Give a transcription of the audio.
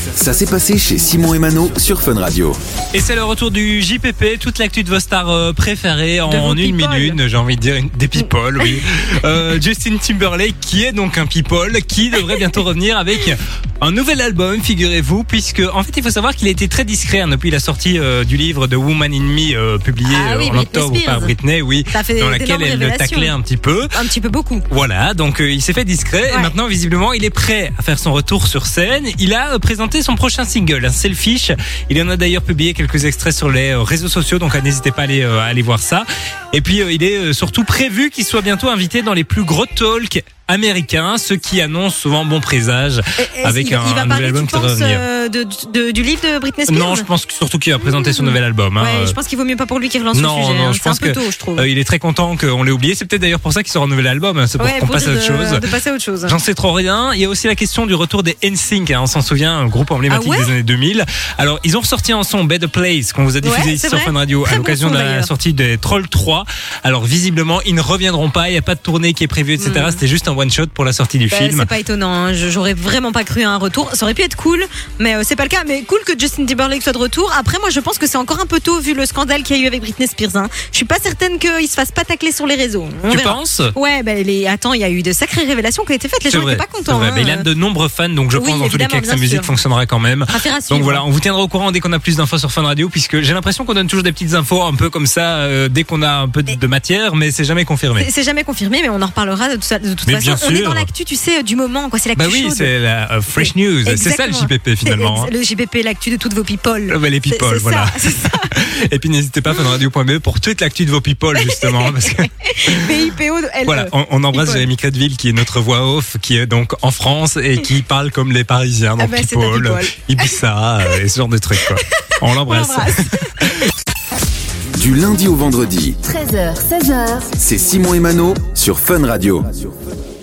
Ça s'est passé chez Simon et Mano sur Fun Radio. Et c'est le retour du JPP, toute l'actu de vos stars préférées en une minute, j'ai envie de dire des people, oui. Justin Timberlake, qui est donc un people, qui devrait bientôt revenir avec un nouvel album, figurez-vous, puisque en fait il faut savoir qu'il a été très discret depuis la sortie du livre The Woman in Me, publié en octobre par Britney, dans laquelle elle le taclait un petit peu beaucoup. Voilà, donc il s'est fait discret et maintenant visiblement il est prêt à faire son retour sur scène. Il a présenté son prochain single, Selfish. Il en a d'ailleurs publié quelques extraits sur les réseaux sociaux, donc n'hésitez pas à aller voir ça. Et puis il est surtout prévu qu'il soit bientôt invité dans les plus gros talks américains, ce qui annonce souvent bon présage avec un nouvel album qui devrait revenir. Du livre de Britney Spears. Non, je pense surtout qu'il va présenter son nouvel album. Je pense qu'il vaut mieux pas pour lui qu'il relance le sujet. Non, je pense c'est un peu tôt, je trouve. Il est très content qu'on l'ait oublié. C'est peut-être d'ailleurs pour ça qu'il sort un nouvel album. C'est pour qu'on passe à autre chose. De passer à autre chose. J'en sais trop rien. Il y a aussi la question du retour des NSYNC. On s'en souvient, un groupe emblématique des années 2000. Alors, ils ont ressorti un son Better Place qu'on vous a diffusé ici sur Fun Radio à l'occasion de la sortie des Trolls 3. Alors, visiblement, ils ne reviendront pas. Il n'y a pas de tournée qui est prévue, etc. C'était juste un one shot pour la sortie du film. C'est pas étonnant. J'aurais vraiment pas cru à un retour. Ça aurait pu être cool, mais c'est pas le cas. Mais cool que Justin Timberlake soit de retour. Après, moi, je pense que c'est encore un peu tôt vu le scandale qu'il y a eu avec Britney Spears. Je suis pas certaine qu'il se fasse pas tacler sur les réseaux. Tu penses ? Ouais, attends, il y a eu de sacrées révélations qui ont été faites. Les gens n'étaient pas contents. Mais il a de nombreux fans, donc je pense dans tous les cas que sa musique fonctionnera quand même. Donc voilà, on vous tiendra au courant dès qu'on a plus d'infos sur Fun Radio, puisque j'ai l'impression qu'on donne toujours des petites infos un peu comme ça dès qu'on a un peu de matière, mais c'est jamais confirmé. C'est jamais confirmé, mais on en reparlera de toute façon. On est dans l'actu, tu sais, du moment, quoi. C'est l'actu chaude. Oui, c'est la fresh news. C'est ça le JPP finalement. Le JPP, l'actu de toutes vos people. Les people, voilà. C'est ça. Et puis n'hésitez pas, funradio.be pour toute l'actu de vos people justement. Parce que... PIPO-LE. Voilà, on embrasse Jérémy Crédville qui est notre voix off, qui est donc en France et qui parle comme les Parisiens, donc people, Ibiza et ce genre de trucs, quoi. On l'embrasse. Du lundi au vendredi, 13h, 16h, c'est Simon et Mano sur Fun Radio.